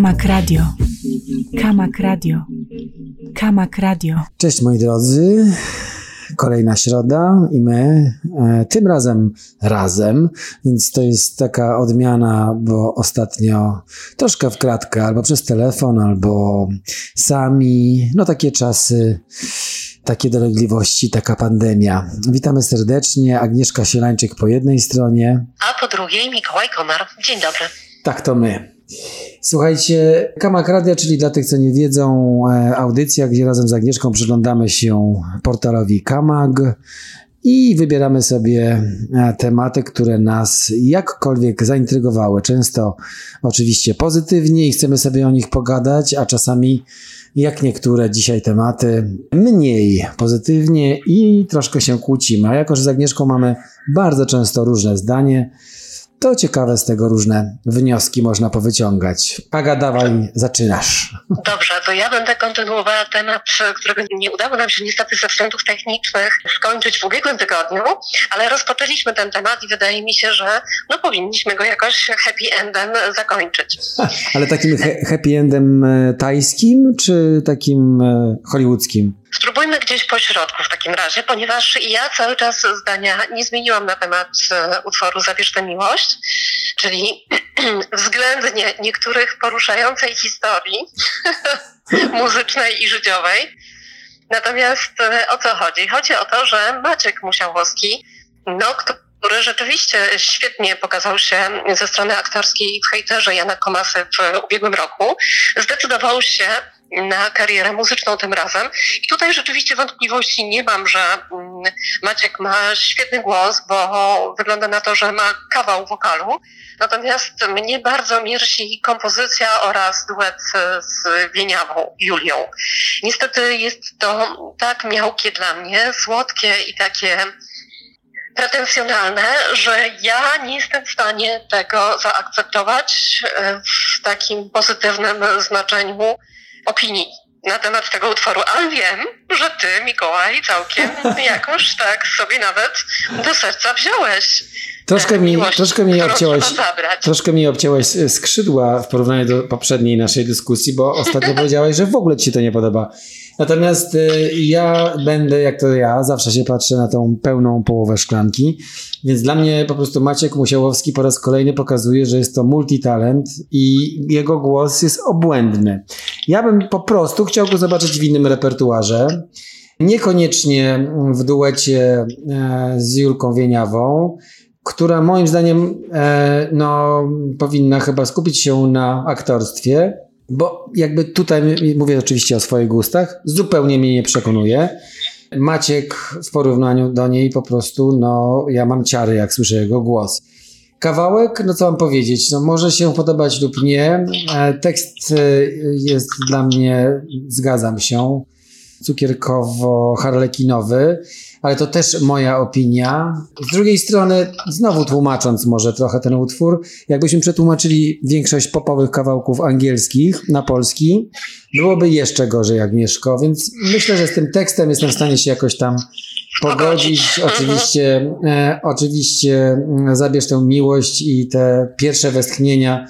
Kamak Radio. Kamak Radio. Kamak Radio. Cześć moi drodzy, kolejna środa i my tym razem, więc to jest taka odmiana, bo ostatnio troszkę w kratkę, albo przez telefon, albo sami, no takie czasy, takie dolegliwości, taka pandemia. Witamy serdecznie, Agnieszka Sielańczyk po jednej stronie. A po drugiej Mikołaj Komar. Dzień dobry. Tak, to my. Słuchajcie, Kamak Radio, czyli dla tych, co nie wiedzą, audycja, gdzie razem z Agnieszką przyglądamy się portalowi Kamag i wybieramy sobie tematy, które nas jakkolwiek zaintrygowały. Często oczywiście pozytywnie i chcemy sobie o nich pogadać, a czasami, jak niektóre dzisiaj tematy, mniej pozytywnie i troszkę się kłócimy. A jako, że z Agnieszką mamy bardzo często różne zdanie, to ciekawe z tego różne wnioski można powyciągać. Aga, dawaj, zaczynasz. Dobrze, to ja będę kontynuowała temat, którego nie udało nam się niestety ze względów technicznych skończyć w ubiegłym tygodniu, ale rozpoczęliśmy ten temat i wydaje mi się, że powinniśmy go jakoś happy endem zakończyć. Ale takim happy endem tajskim, czy takim hollywoodzkim? Spróbujmy gdzieś po środku w takim razie, ponieważ ja cały czas zdania nie zmieniłam na temat utworu Zabierz tę miłość, czyli względnie niektórych poruszającej historii muzycznej i życiowej. Natomiast o co chodzi? Chodzi o to, że Maciek Musiałowski, który rzeczywiście świetnie pokazał się ze strony aktorskiej w Hejterze Jana Komasy w ubiegłym roku, zdecydował się na karierę muzyczną tym razem. I tutaj rzeczywiście wątpliwości nie mam, że Maciek ma świetny głos, bo wygląda na to, że ma kawał wokalu. Natomiast mnie bardzo mierzi kompozycja oraz duet z Wieniawą, Julią. Niestety jest to tak miałkie dla mnie, słodkie i takie pretensjonalne, że ja nie jestem w stanie tego zaakceptować w takim pozytywnym znaczeniu opinii na temat tego utworu, ale wiem, że ty, Mikołaj, całkiem jakoś tak sobie nawet do serca wziąłeś. Troszkę mi obciąłeś skrzydła w porównaniu do poprzedniej naszej dyskusji, bo ostatnio powiedziałeś, że w ogóle ci się to nie podoba. Natomiast ja będę, jak to ja, zawsze się patrzę na tą pełną połowę szklanki, więc dla mnie po prostu Maciek Musiałowski po raz kolejny pokazuje, że jest to multitalent i jego głos jest obłędny. Ja bym po prostu chciał go zobaczyć w innym repertuarze, niekoniecznie w duecie z Julką Wieniawą, która moim zdaniem powinna chyba skupić się na aktorstwie, bo jakby tutaj mówię oczywiście o swoich gustach, zupełnie mnie nie przekonuje. Maciek w porównaniu do niej po prostu, ja mam ciary, jak słyszę jego głos. Kawałek, co mam powiedzieć, może się podobać lub nie. Tekst jest dla mnie, zgadzam się, cukierkowo-harlekinowy, ale to też moja opinia. Z drugiej strony, znowu tłumacząc może trochę ten utwór, jakbyśmy przetłumaczyli większość popowych kawałków angielskich na polski, byłoby jeszcze gorzej, Agnieszko, więc myślę, że z tym tekstem jestem w stanie się jakoś tam pogodzić. Oczywiście Zabierz tę miłość i te pierwsze westchnienia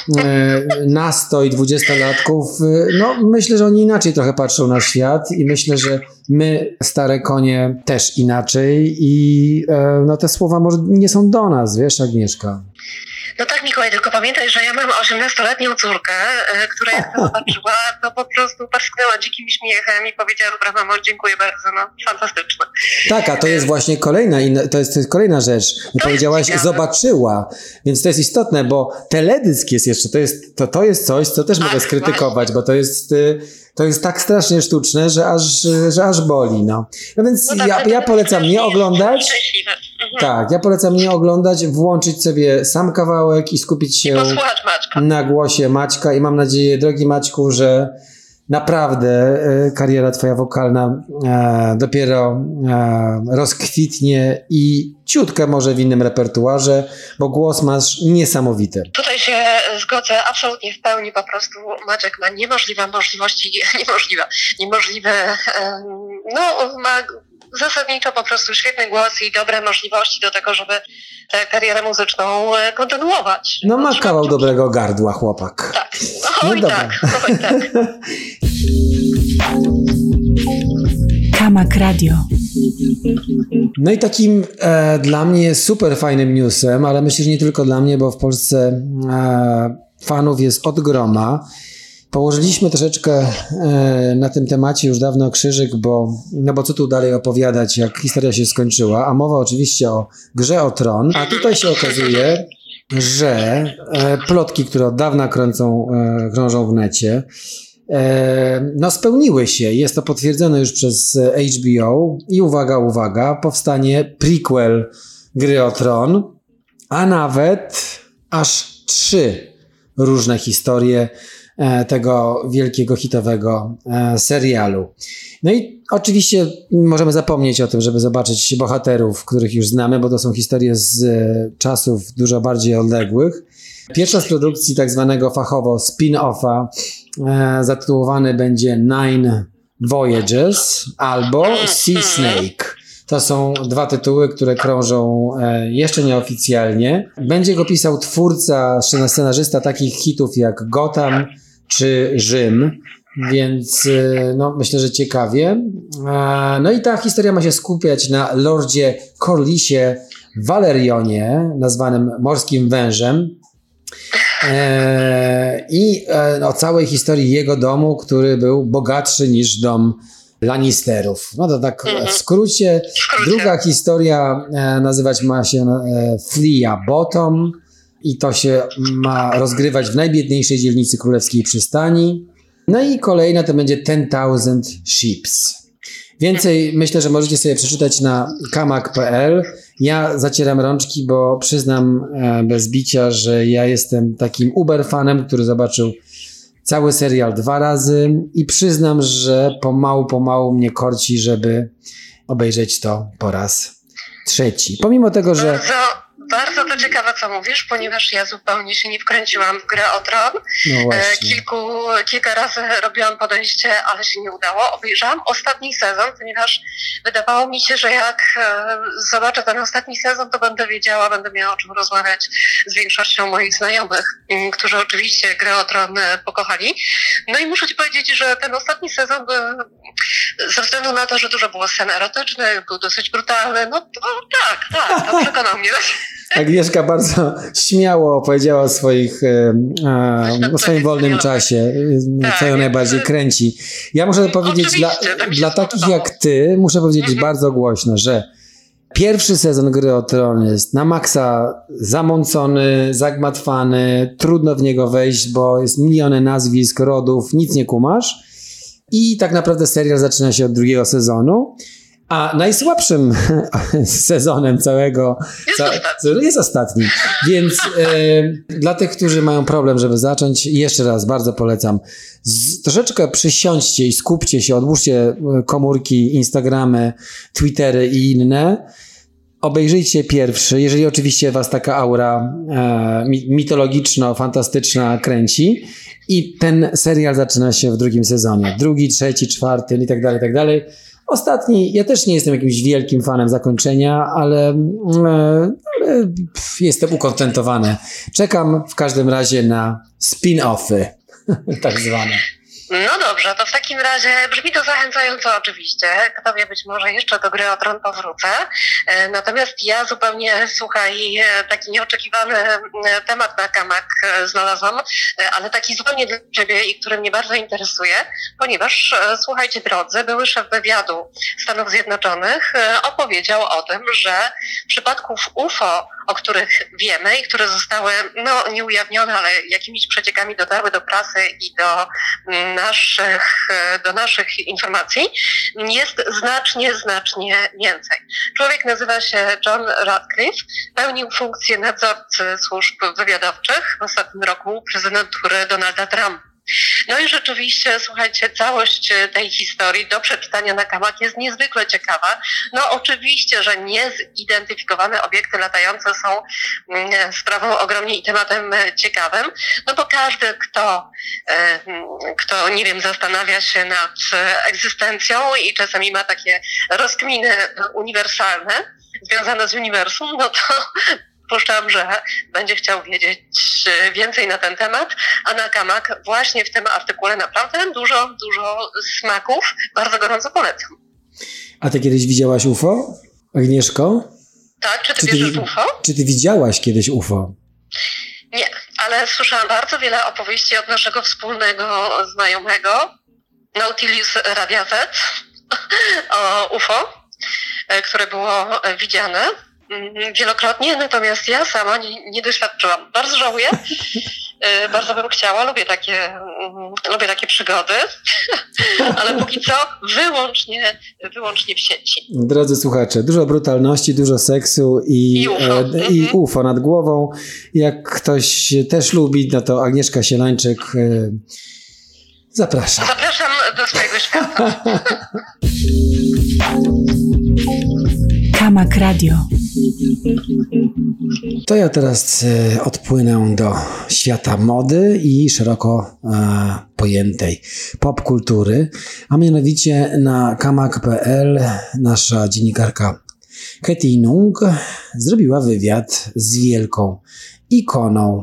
nastoj 20-latków, myślę, że oni inaczej trochę patrzą na świat i myślę, że my, stare konie, też inaczej i te słowa może nie są do nas, wiesz, Agnieszka? No tak, Mikołaj, tylko pamiętaj, że ja mam 18-letnią córkę, która jak to zobaczyła, to po prostu parsknęła dzikim śmiechem i powiedziała: dobra, mamo, dziękuję bardzo, fantastyczne. Tak, a to jest właśnie to jest kolejna rzecz. Powiedziałaś, zobaczyła, więc to jest istotne, bo teledysk jest jeszcze, to jest coś, co też mogę skrytykować, bo to jest tak strasznie sztuczne, że aż boli, więc ja polecam nie oglądać. Tak, ja polecam nie oglądać, włączyć sobie sam kawałek i skupić się na głosie Maćka i mam nadzieję, drogi Maćku, że naprawdę kariera twoja wokalna dopiero rozkwitnie i ciutkę może w innym repertuarze, bo głos masz niesamowity. Tutaj się zgodzę absolutnie w pełni, po prostu Maciek ma niemożliwe, ma zasadniczo po prostu świetny głos i dobre możliwości do tego, żeby tę karierę muzyczną kontynuować. No ma kawał dobrego gardła chłopak. Tak, oj tak. Kamak Radio. No i takim dla mnie super fajnym newsem, ale myślę, że nie tylko dla mnie, bo w Polsce fanów jest od groma. Położyliśmy troszeczkę na tym temacie już dawno krzyżyk, bo co tu dalej opowiadać, jak historia się skończyła, a mowa oczywiście o Grze o Tron, a tutaj się okazuje, że plotki, które od dawna krążą w necie, no spełniły się. Jest to potwierdzone już przez HBO i uwaga, powstanie prequel Gry o Tron, a nawet aż 3 różne historie tego wielkiego, hitowego serialu. No i oczywiście możemy zapomnieć o tym, żeby zobaczyć bohaterów, których już znamy, bo to są historie z czasów dużo bardziej odległych. Pierwsza z produkcji tak zwanego fachowo spin-offa zatytułowany będzie Nine Voyages albo Sea Snake. To są 2 tytuły, które krążą jeszcze nieoficjalnie. Będzie go pisał twórca, scenarzysta takich hitów jak Gotham czy Rzym, więc no, myślę, że ciekawie. No i ta historia ma się skupiać na Lordzie Corlisie Valerionie, nazwanym Morskim Wężem, i o całej historii jego domu, który był bogatszy niż dom Lannisterów. No to tak w skrócie. Druga historia nazywać ma się Flea Bottom i to się ma rozgrywać w najbiedniejszej dzielnicy królewskiej przystani. No i kolejna to będzie 10,000 Ships. Więcej myślę, że możecie sobie przeczytać na kamak.pl. Ja zacieram rączki, bo przyznam bez bicia, że ja jestem takim uber fanem, który zobaczył cały serial 2 razy i przyznam, że pomału mnie korci, żeby obejrzeć to po raz 3. Pomimo tego, że... Bardzo to ciekawe, co mówisz, ponieważ ja zupełnie się nie wkręciłam w Grę o Tron. No właśnie. Kilka razy robiłam podejście, ale się nie udało. Obejrzałam ostatni sezon, ponieważ wydawało mi się, że jak zobaczę ten ostatni sezon, to będę miała o czym rozmawiać z większością moich znajomych, którzy oczywiście Grę o Tron pokochali. No i muszę ci powiedzieć, że ten ostatni sezon ze względu na to, że dużo było scen erotycznych, był dosyć brutalny, no to tak, to przekonał mnie. Agnieszka bardzo śmiało opowiedziała o swoim wolnym czasie, co ją najbardziej kręci. Ja muszę powiedzieć, dla takich jak ty, muszę powiedzieć bardzo głośno, że pierwszy sezon Gry o Tron jest na maksa zamącony, zagmatwany, trudno w niego wejść, bo jest miliony nazwisk, rodów, nic nie kumasz. I tak naprawdę serial zaczyna się od 2. sezonu. A najsłabszym sezonem całego jest ostatni. Więc dla tych, którzy mają problem, żeby zacząć, jeszcze raz bardzo polecam. Troszeczkę przysiądźcie i skupcie się, odłóżcie komórki, Instagramy, Twittery i inne. Obejrzyjcie pierwszy, jeżeli oczywiście was taka aura mitologiczno-fantastyczna kręci. I ten serial zaczyna się w 2. sezonie. 2., 3., 4. i tak dalej. Ostatni, ja też nie jestem jakimś wielkim fanem zakończenia, ale jestem ukontentowany. Czekam w każdym razie na spin-offy, tak zwane. No dobrze, to w takim razie brzmi to zachęcająco oczywiście. Kto wie, być może jeszcze do Gry o Tron powrócę. Natomiast ja zupełnie, słuchaj, taki nieoczekiwany temat na Kamak znalazłam, ale taki zupełnie dla ciebie i który mnie bardzo interesuje, ponieważ, słuchajcie drodzy, były szef wywiadu Stanów Zjednoczonych opowiedział o tym, że przypadków UFO, o których wiemy i które zostały, no nie ujawnione, ale jakimiś przeciekami dotarły do prasy i do naszych informacji, jest znacznie więcej. Człowiek nazywa się John Ratcliffe, pełnił funkcję nadzorcy służb wywiadowczych w ostatnim roku prezydentury Donalda Trumpa. No i rzeczywiście, słuchajcie, całość tej historii do przeczytania na Kamak jest niezwykle ciekawa. No oczywiście, że niezidentyfikowane obiekty latające są sprawą ogromnie i tematem ciekawym, no bo każdy, kto nie wiem, zastanawia się nad egzystencją i czasami ma takie rozkminy uniwersalne związane z uniwersum, no to przypuszczam, że będzie chciał wiedzieć więcej na ten temat, a na Kamak właśnie w tym artykule naprawdę dużo smaków. Bardzo gorąco polecam. A ty kiedyś widziałaś UFO, Agnieszko? Tak, czy ty wierzysz w UFO? Czy ty widziałaś kiedyś UFO? Nie, ale słyszałam bardzo wiele opowieści od naszego wspólnego znajomego, Nautilus Radiazet, o UFO, które było widziane wielokrotnie, natomiast ja sama nie doświadczyłam. Bardzo żałuję, bardzo bym chciała, lubię takie przygody, ale póki co wyłącznie w sieci. Drodzy słuchacze, dużo brutalności, dużo seksu i UFO nad głową. Jak ktoś też lubi, no to Agnieszka Sielańczyk zapraszam. Zapraszam do swojego świata. Kamak Radio. To ja teraz odpłynę do świata mody i szeroko pojętej popkultury, a mianowicie na kamak.pl nasza dziennikarka Katie Nung zrobiła wywiad z wielką ikoną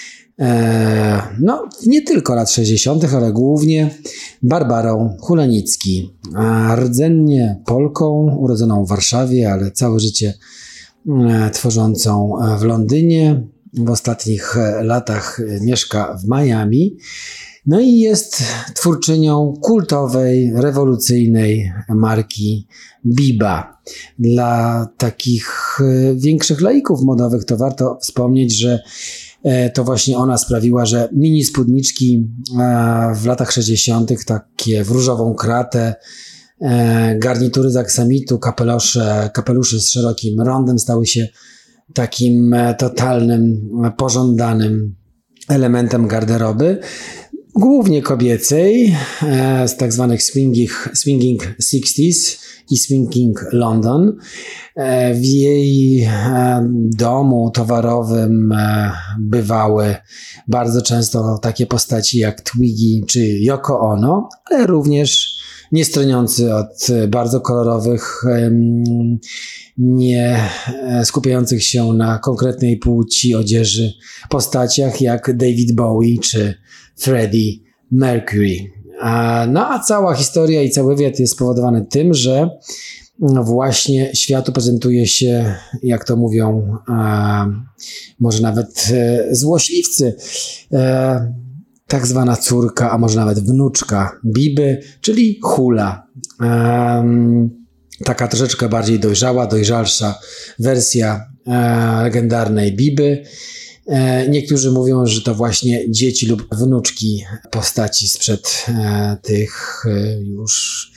nie tylko lat 60., ale głównie Barbarą Chulanicki, rdzennie Polką, urodzoną w Warszawie, ale całe życie tworzącą w Londynie. W ostatnich latach mieszka w Miami. No i jest twórczynią kultowej, rewolucyjnej marki Biba. Dla takich większych laików modowych to warto wspomnieć, że to właśnie ona sprawiła, że mini spódniczki w latach 60., takie w różową kratę, garnitury z aksamitu, kapelusze z szerokim rondem stały się takim totalnym, pożądanym elementem garderoby, głównie kobiecej, z tak zwanych swinging 60s i swinging London. W jej domu towarowym bywały bardzo często takie postaci jak Twiggy czy Yoko Ono, ale również nie stroniący od bardzo kolorowych, nie skupiających się na konkretnej płci odzieży postaciach jak David Bowie czy Freddie Mercury. A cała historia i cały wywiad jest spowodowany tym, że właśnie światu prezentuje się, jak to mówią, może nawet złośliwcy, tak zwana córka, a może nawet wnuczka Biby, czyli Hula. Taka troszeczkę bardziej dojrzalsza wersja legendarnej Biby. Niektórzy mówią, że to właśnie dzieci lub wnuczki postaci sprzed tych już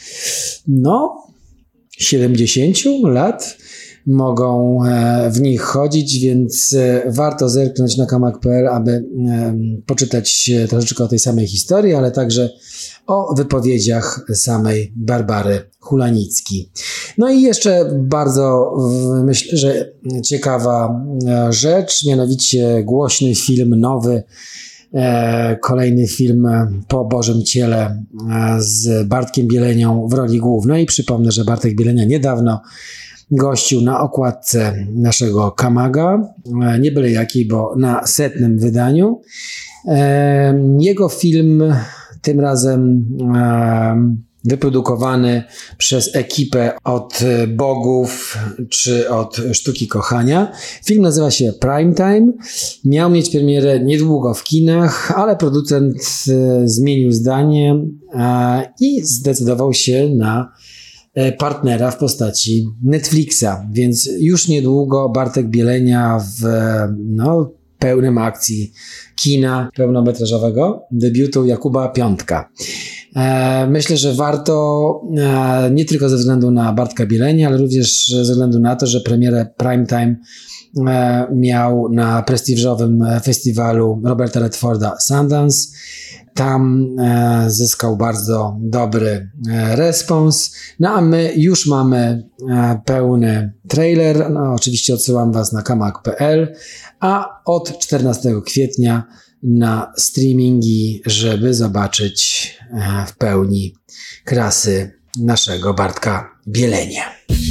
70 lat mogą w nich chodzić, więc warto zerknąć na kamak.pl, aby poczytać troszeczkę o tej samej historii, ale także o wypowiedziach samej Barbary Chulanicki. No i jeszcze bardzo, myślę, że ciekawa rzecz, mianowicie głośny film nowy, kolejny film po Bożym Ciele z Bartkiem Bielenią w roli głównej. Przypomnę, że Bartek Bielenia niedawno gościł na okładce naszego Kamaga, nie byle jakiej, bo na 100. wydaniu. Jego film tym razem wyprodukowany przez ekipę od Bogów czy od Sztuki Kochania. Film nazywa się Prime Time. Miał mieć premierę niedługo w kinach, ale producent zmienił zdanie i zdecydował się na partnera w postaci Netflixa, więc już niedługo Bartek Bielenia w pełnym akcji kina pełnometrażowego debiutu Jakuba Piątka. Myślę, że warto nie tylko ze względu na Bartka Bielenia, ale również ze względu na to, że premierę Prime Time miał na prestiżowym festiwalu Roberta Redforda Sundance. Tam zyskał bardzo dobry respons. No a my już mamy pełny trailer. No, oczywiście odsyłam Was na kamak.pl, a od 14 kwietnia na streamingi, żeby zobaczyć w pełni krasy naszego Bartka Bielenie.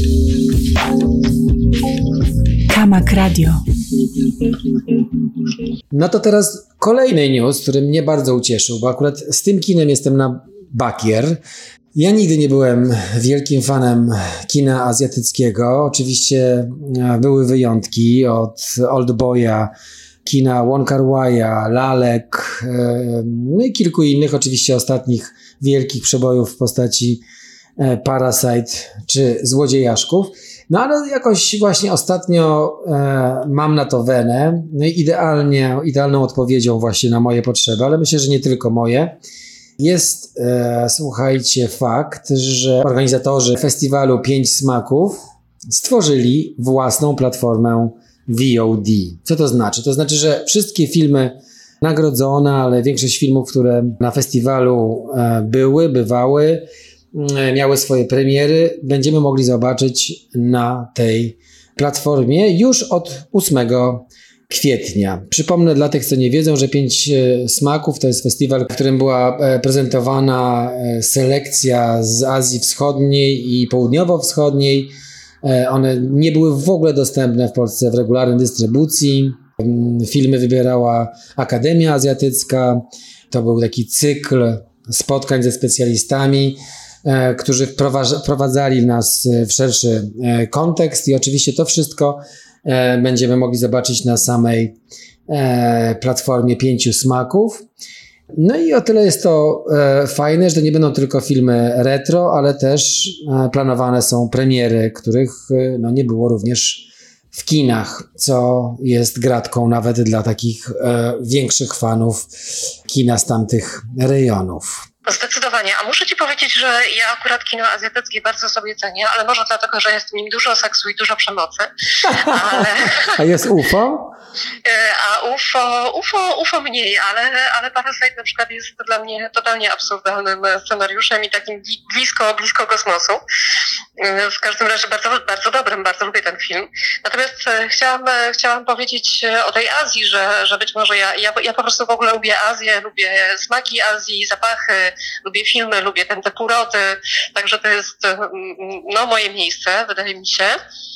Kamak Radio. No to teraz kolejny news, który mnie bardzo ucieszył, bo akurat z tym kinem jestem na bakier. Ja nigdy nie byłem wielkim fanem kina azjatyckiego. Oczywiście były wyjątki od Oldboya, kina Wong Kar-wai'a, Lalek, no i kilku innych, oczywiście ostatnich wielkich przebojów w postaci Parasite czy Złodziejaszków. No ale jakoś właśnie ostatnio mam na to wenę, no i idealną odpowiedzią właśnie na moje potrzeby, ale myślę, że nie tylko moje. Jest, słuchajcie, fakt, że organizatorzy festiwalu 5 Smaków stworzyli własną platformę VOD. Co to znaczy? To znaczy, że wszystkie filmy nagrodzone, ale większość filmów, które na festiwalu bywały, miały swoje premiery, będziemy mogli zobaczyć na tej platformie już od 8 kwietnia. Przypomnę dla tych, co nie wiedzą, że 5 Smaków to jest festiwal, w którym była prezentowana selekcja z Azji Wschodniej i Południowo-Wschodniej. One nie były w ogóle dostępne w Polsce w regularnej dystrybucji. Filmy wybierała Akademia Azjatycka. To był taki cykl spotkań ze specjalistami, którzy wprowadzali nas w szerszy kontekst i oczywiście to wszystko będziemy mogli zobaczyć na samej platformie 5 Smaków. No i o tyle jest to fajne, że to nie będą tylko filmy retro, ale też planowane są premiery, których no, nie było również w kinach, co jest gratką nawet dla takich większych fanów kina z tamtych rejonów. Zdecydowanie. A muszę Ci powiedzieć, że ja akurat kino azjatyckie bardzo sobie cenię, ale może dlatego, że jest w nim dużo seksu i dużo przemocy. Ale... A jest UFO? A UFO mniej, ale Parasite na przykład jest dla mnie totalnie absurdalnym scenariuszem i takim blisko kosmosu. W każdym razie bardzo, bardzo dobrym, bardzo lubię ten film. Natomiast chciałam powiedzieć o tej Azji, że być może ja po prostu w ogóle lubię Azję, lubię smaki Azji, zapachy, lubię filmy, lubię te urody, także to jest no, moje miejsce, wydaje mi się.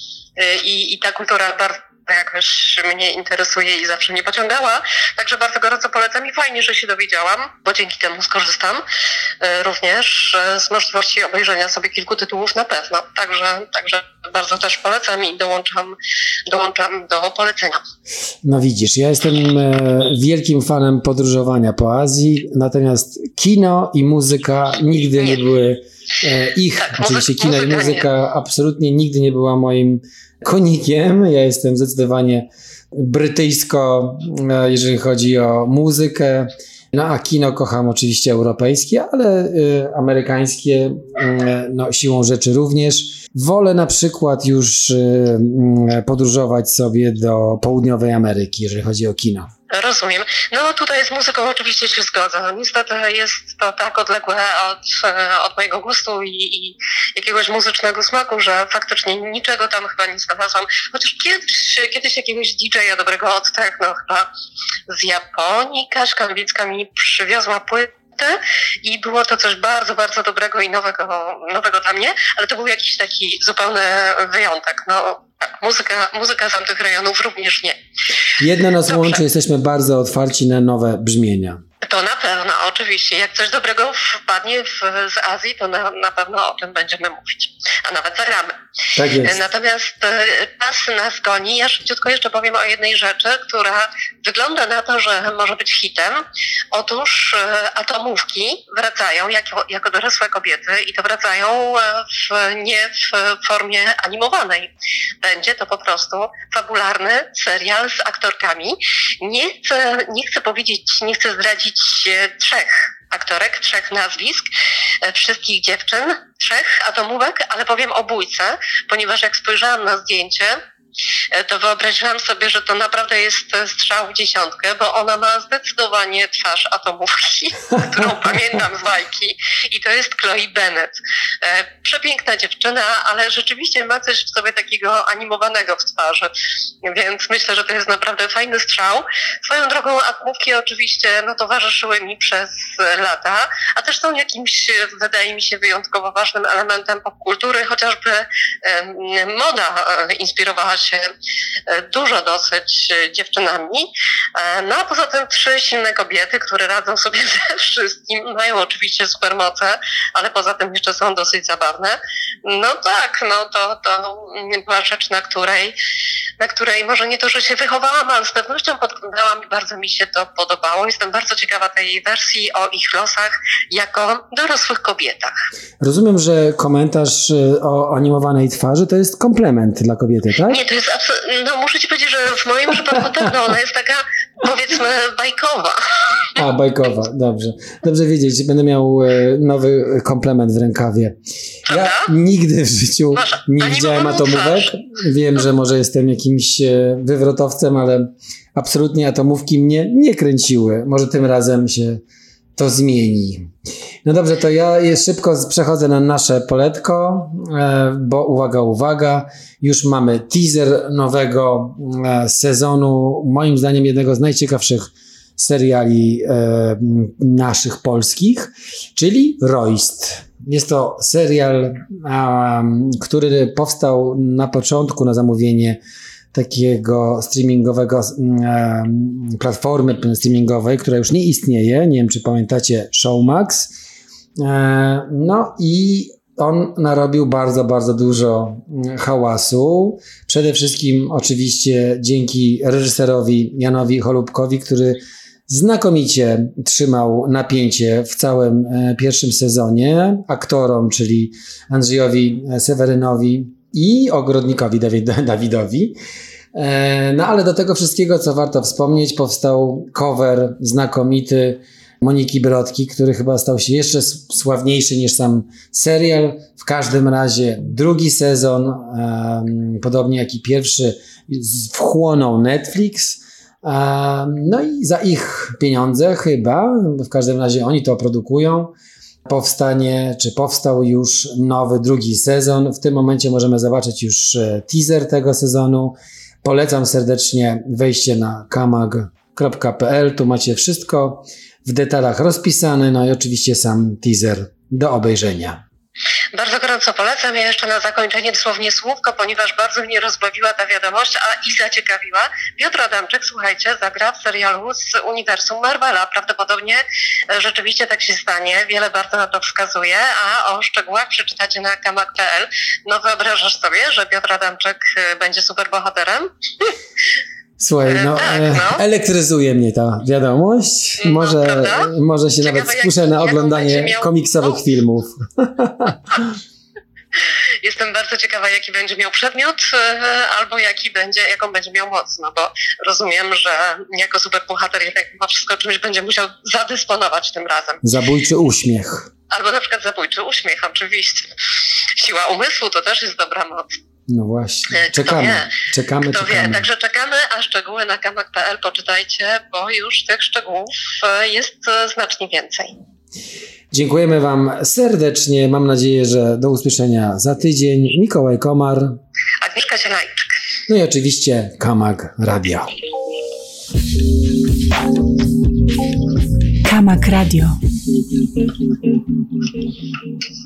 I ta kultura bardzo jakoś mnie interesuje i zawsze mnie pociągała, także bardzo gorąco polecam i fajnie, że się dowiedziałam, bo dzięki temu skorzystam również z możliwości obejrzenia sobie kilku tytułów na pewno, także bardzo też polecam i dołączam do polecenia. No widzisz, ja jestem wielkim fanem podróżowania po Azji, natomiast kino i muzyka nigdy nie były oczywiście kino i muzyka absolutnie nigdy nie była moim konikiem. Ja jestem zdecydowanie brytyjsko, jeżeli chodzi o muzykę. No a kino kocham oczywiście europejskie, ale amerykańskie no, siłą rzeczy również. Wolę na przykład już podróżować sobie do Południowej Ameryki, jeżeli chodzi o kino. Rozumiem. No tutaj z muzyką oczywiście się zgodzę. Niestety jest to tak odległe od mojego gustu i jakiegoś muzycznego smaku, że faktycznie niczego tam chyba nie znalazłam. Chociaż kiedyś jakiegoś DJ-a dobrego od techno chyba z Japonii, Kaśka Lubicka mi przywiozła płytę i było to coś bardzo, bardzo dobrego i nowego dla mnie, ale to był jakiś taki zupełny wyjątek. No tak, muzyka z tamtych rejonów również nie. Jedno nas łączy, jesteśmy bardzo otwarci na nowe brzmienia. To na pewno, oczywiście. Jak coś dobrego wpadnie z Azji, to na pewno o tym będziemy mówić. A nawet zagramy. Tak jest. Natomiast czas nas goni. Ja szybciutko jeszcze powiem o jednej rzeczy, która wygląda na to, że może być hitem. Otóż atomówki wracają jako dorosłe kobiety i to wracają nie w formie animowanej. Będzie to po prostu fabularny serial z aktorkami. Nie chcę powiedzieć, nie chcę zdradzić 3 aktorek, 3 nazwisk, wszystkich dziewczyn, 3 atomówek, ale powiem o bójce, ponieważ jak spojrzałam na zdjęcie, to wyobraziłam sobie, że to naprawdę jest strzał w dziesiątkę, bo ona ma zdecydowanie twarz atomówki, którą pamiętam z bajki, i to jest Chloe Bennet. Przepiękna dziewczyna, ale rzeczywiście ma coś w sobie takiego animowanego w twarzy, więc myślę, że to jest naprawdę fajny strzał. Swoją drogą atomówki oczywiście towarzyszyły mi przez lata, a też są jakimś, wydaje mi się, wyjątkowo ważnym elementem popkultury, chociażby moda inspirowała się dużo dosyć dziewczynami. No a poza tym 3 silne kobiety, które radzą sobie ze wszystkim, mają oczywiście supermoce, ale poza tym jeszcze są dosyć zabawne. No tak, to była rzecz, na której może nie to, że się wychowałam, ale z pewnością podglądałam i bardzo mi się to podobało. Jestem bardzo ciekawa tej wersji o ich losach jako dorosłych kobietach. Rozumiem, że komentarz o animowanej twarzy to jest komplement dla kobiety, tak? Nie, to jest muszę ci powiedzieć, że w moim przypadku tak, ona jest taka, powiedzmy, bajkowa. A, bajkowa, dobrze. Dobrze wiedzieć, będę miał nowy komplement w rękawie. Ja nigdy w życiu nie widziałem atomówek. Wiem, że może jestem jakimś wywrotowcem, ale absolutnie atomówki mnie nie kręciły. Może tym razem się to zmieni. No dobrze, to ja szybko przechodzę na nasze poletko, bo uwaga, już mamy teaser nowego sezonu, moim zdaniem jednego z najciekawszych seriali naszych polskich, czyli Royst. Jest to serial, który powstał na początku na zamówienie takiego streamingowego, platformy streamingowej, która już nie istnieje. Nie wiem, czy pamiętacie, Showmax. No i on narobił bardzo, bardzo dużo hałasu. Przede wszystkim oczywiście dzięki reżyserowi Janowi Cholubkowi, który znakomicie trzymał napięcie w całym pierwszym sezonie. Aktorom, czyli Andrzejowi Sewerynowi i ogrodnikowi Dawidowi. No ale do tego wszystkiego, co warto wspomnieć, powstał cover znakomity Moniki Brodki, który chyba stał się jeszcze sławniejszy niż sam serial. W każdym razie drugi sezon, podobnie jak i pierwszy, wchłonął Netflix. No i za ich pieniądze chyba, w każdym razie oni to produkują, powstał już nowy drugi sezon. W tym momencie możemy zobaczyć już teaser tego sezonu. Polecam serdecznie wejście na kamag.pl. Tu macie wszystko w detalach rozpisane, no i oczywiście sam teaser do obejrzenia. Bardzo gorąco polecam. Ja jeszcze na zakończenie dosłownie słówko, ponieważ bardzo mnie rozbawiła ta wiadomość, i zaciekawiła. Piotr Adamczyk, słuchajcie, zagra w serialu z uniwersum Marvela. Prawdopodobnie rzeczywiście tak się stanie. Wiele bardzo na to wskazuje, a o szczegółach przeczytacie na kamag.pl. No wyobrażasz sobie, że Piotr Adamczyk będzie superbohaterem? Słuchaj, elektryzuje mnie ta wiadomość. Może się nawet skuszę na oglądanie komiksowych filmów. Jestem bardzo ciekawa, jaki będzie miał przedmiot, albo jaką będzie miał moc, bo rozumiem, że jako superbohater jednak chyba wszystko czymś będzie musiał zadysponować tym razem. Zabójczy uśmiech. Albo na przykład zabójczy uśmiech, oczywiście. Siła umysłu to też jest dobra moc. No właśnie, czekamy. Kto wie, także czekamy, a szczegóły na kamag.pl poczytajcie, bo już tych szczegółów jest znacznie więcej. Dziękujemy Wam serdecznie. Mam nadzieję, że do usłyszenia za tydzień. Mikołaj Komar, Agnieszka Zielańczyk. No i oczywiście Kamag Radio. Kamag Radio.